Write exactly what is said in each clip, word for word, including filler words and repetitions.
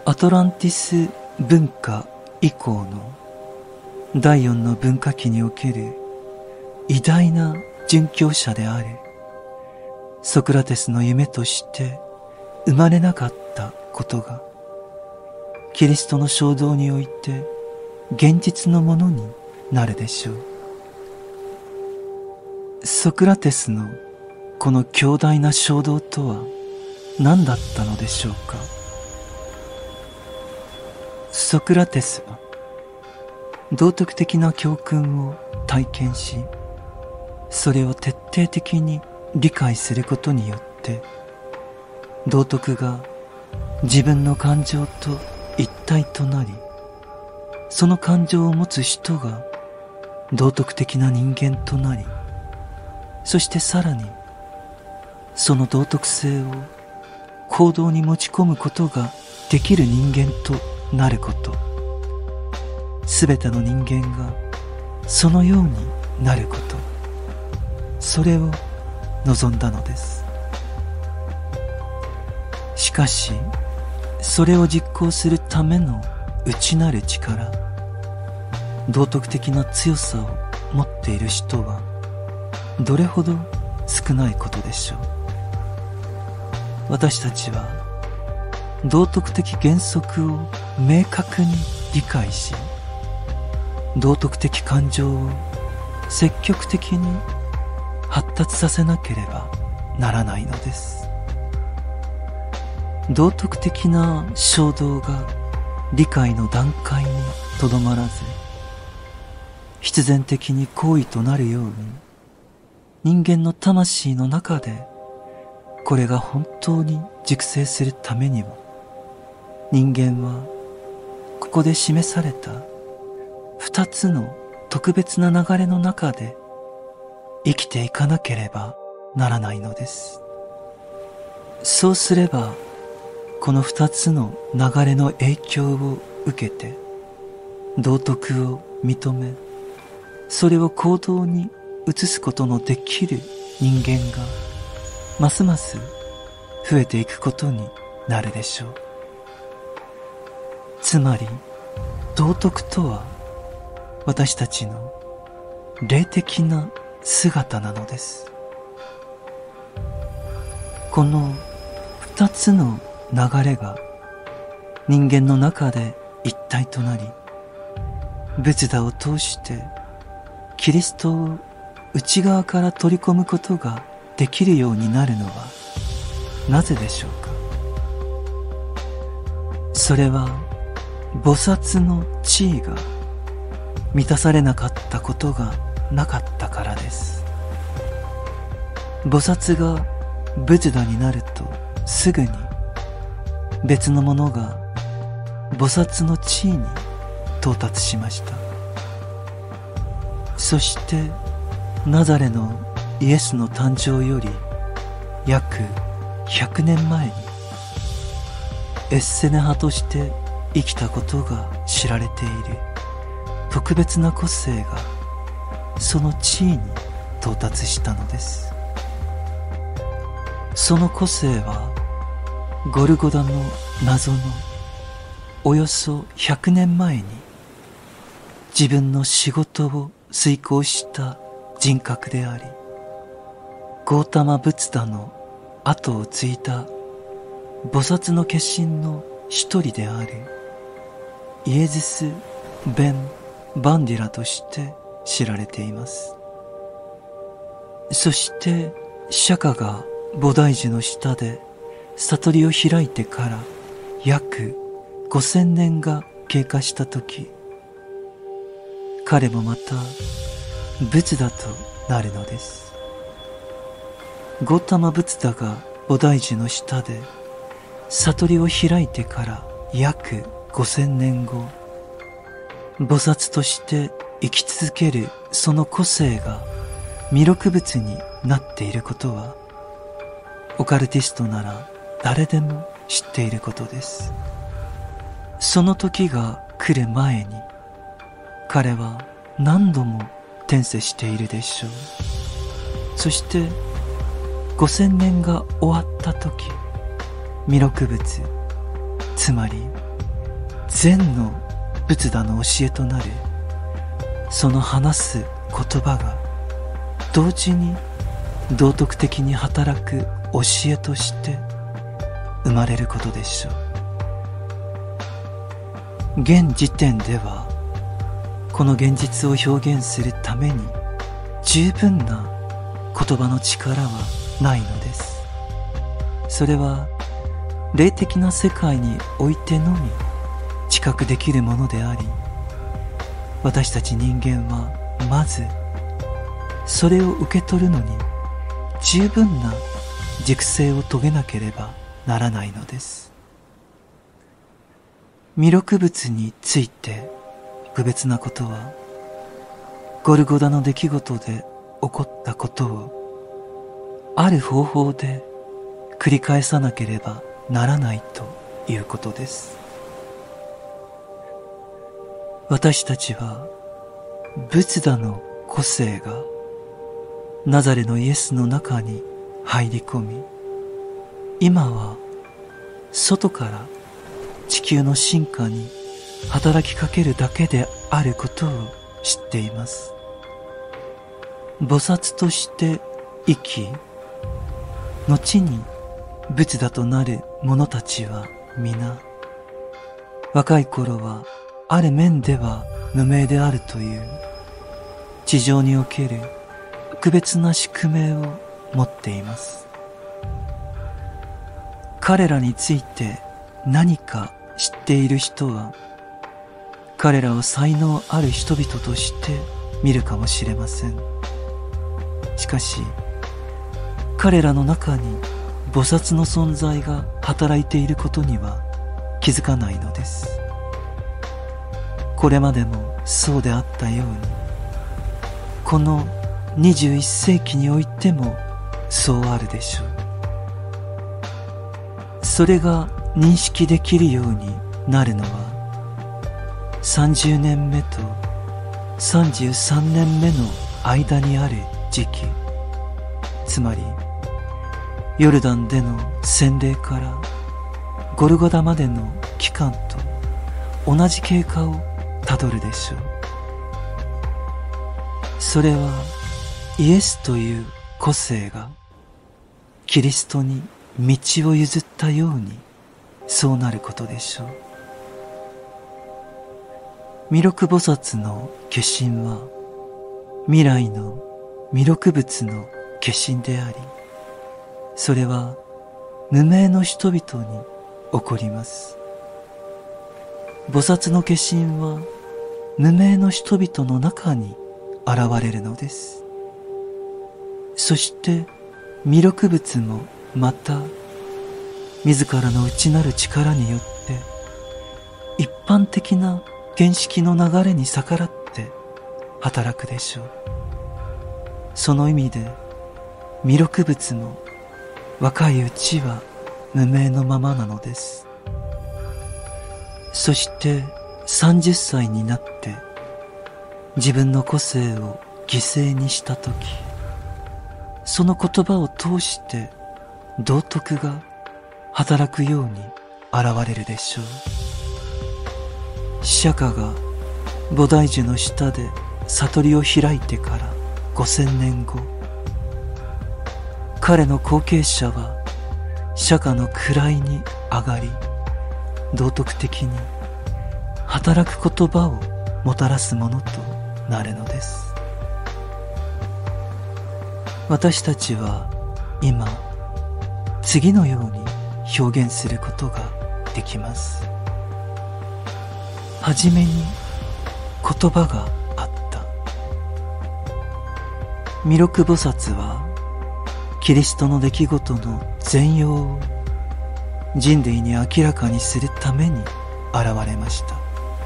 アトランティス文化以降の第四の文化期における偉大な殉教者であるソクラテスの夢として生まれなかったことが、キリストの衝動において現実のものになるでしょう。ソクラテスのこの強大な衝動とは何だったのでしょうか。ソクラテスは道徳的な教訓を体験し、それを徹底的に理解することによって、道徳が自分の感情と一体となり、その感情を持つ人が道徳的な人間となり、そしてさらにその道徳性を行動に持ち込むことができる人間となること、すべての人間がそのようになること、それを望んだのです。しかしそれを実行するための内なる力、道徳的な強さを持っている人はどれほど少ないことでしょう。私たちは道徳的原則を明確に理解し、道徳的感情を積極的に発達させなければならないのです。道徳的な衝動が理解の段階にとどまらず、必然的に行為となるように、人間の魂の中でこれが本当に熟成するためにも、人間はここで示された二つの特別な流れの中で生きていかなければならないのです。そうすれば、この二つの流れの影響を受けて道徳を認め、それを行動に移すことのできる人間がますます増えていくことになるでしょう。つまり道徳とは私たちの霊的な姿なのです。この二つの流れが人間の中で一体となり、仏陀を通してキリストを内側から取り込むことができるようになるのはなぜでしょうか。それは菩薩の地位が満たされなかったことがなかったからです。菩薩が仏陀になるとすぐに別のものが菩薩の地位に到達しました。そしてナザレのイエスの誕生より約ひゃくねんまえにエッセネ派として生きたことが知られている特別な個性がその地位に到達したのです。その個性はゴルゴダの謎のおよそひゃくねんまえに自分の仕事を遂行した人格であり、ゴータマ・ブツダの後を継いだ菩薩の化身の一人であるイエズス・ベン・バンディラとして知られています。そして釈迦が菩提樹の下で悟りを開いてから約ごせんねんが経過したとき、彼もまた仏陀となるのです。ゴータマ・ブツダが菩提樹の下で悟りを開いてから約ごせんねんご、菩薩として生き続けるその個性が弥勒仏になっていることは、オカルティストなら誰でも知っていることです。その時が来る前に彼は何度も転生しているでしょう。そしてごせんねんが終わった時、弥勒仏、つまり禅の仏陀の教えとなるその話す言葉が同時に道徳的に働く教えとして生まれることでしょう。現時点ではこの現実を表現するために十分な言葉の力はないのです。それは霊的な世界においてのみ知覚できるものであり、私たち人間はまずそれを受け取るのに十分な熟成を遂げなければならないのです。弥勒仏について特別なことは、ゴルゴダの出来事で起こったことをある方法で繰り返さなければならないということです。私たちは仏陀の個性がナザレのイエスの中に入り込み、今は外から地球の進化に働きかけるだけであることを知っています。菩薩として生き、後に仏陀となる者たちは皆、若い頃はある面では無名であるという地上における特別な宿命を持っています。彼らについて何か知っている人は、彼らを才能ある人々として見るかもしれません。しかし、彼らの中に菩薩の存在が働いていることには気づかないのです。これまでもそうであったように、このにじゅういっ世紀においてもそうあるでしょう。それが認識できるようになるのはさんじゅうねんめとさんじゅうさんねんめの間にある時期、つまりヨルダンでの洗礼からゴルゴダまでの期間と同じ経過をたどるでしょう。それはイエスという個性がキリストに道を譲ったようにそうなることでしょう。弥勒菩薩の化身は未来の弥勒仏の化身であり、それは無名の人々に起こります。菩薩の化身は無名の人々の中に現れるのです。そして弥勒仏もまた自らの内なる力によって一般的な原式の流れに逆らって働くでしょう。その意味で弥勒仏も若いうちは無名のままなのです。そしてさんじゅっさいになって自分の個性を犠牲にしたとき、その言葉を通して道徳が働くように現れるでしょう。釈迦が菩提樹の下で悟りを開いてからごせんねんご、彼の後継者は釈迦の位に上がり、道徳的に働く言葉をもたらすものとなるのです。私たちは今次のように表現することができます。はじめに言葉があった。弥勒菩薩はキリストの出来事の全容を人類に明らかにするために現れました。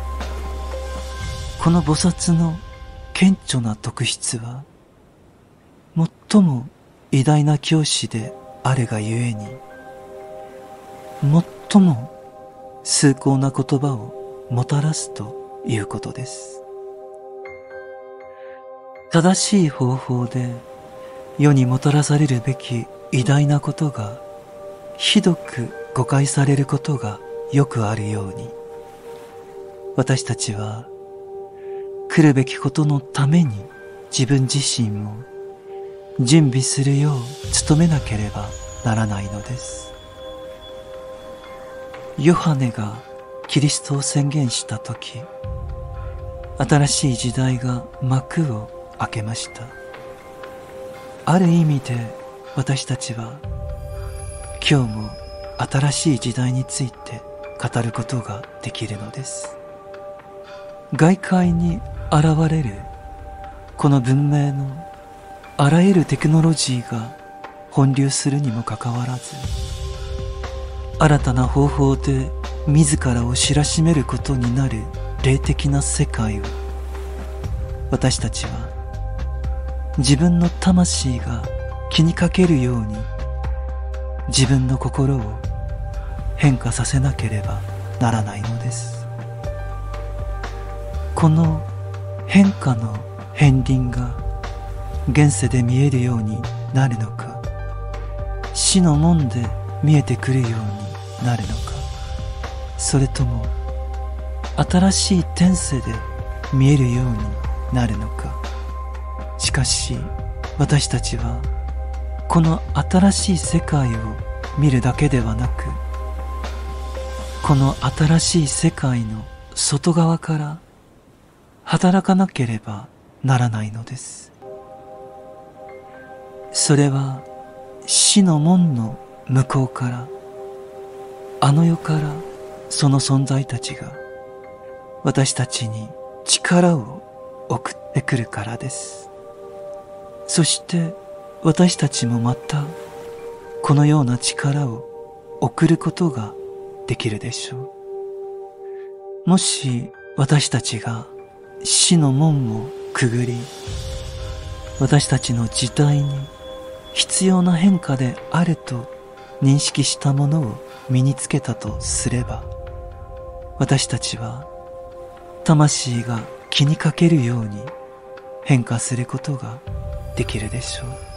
この菩薩の顕著な特質は、最も偉大な教師であるがゆえに、最も崇高な言葉をもたらすということです。正しい方法で世にもたらされるべき偉大なことがひどく誤解されることがよくあるように、 私たちは来るべきことのために自分自身を準備するよう努めなければならないのです。ヨハネがキリストを宣言したとき、新しい時代が幕を開けました。ある意味で私たちは今日も新しい時代について語ることができるのです。外界に現れるこの文明のあらゆるテクノロジーが本流するにもかかわらず、新たな方法で自らを知らしめることになる霊的な世界を、私たちは自分の魂が気にかけるように自分の心を変化させなければならないのです。この変化の片鱗が現世で見えるようになるのか、死の門で見えてくるようになるのか、それとも新しい転世で見えるようになるのか。しかし私たちはこの新しい世界を見るだけではなく、この新しい世界の外側から働かなければならないのです。それは死の門の向こうから、あの世からその存在たちが私たちに力を送ってくるからです。そして私たちもまたこのような力を送ることができるでしょう。もし私たちが死の門をくぐり、私たちの時代に必要な変化であると認識したものを身につけたとすれば、私たちは魂が気にかけるように変化することができるでしょう。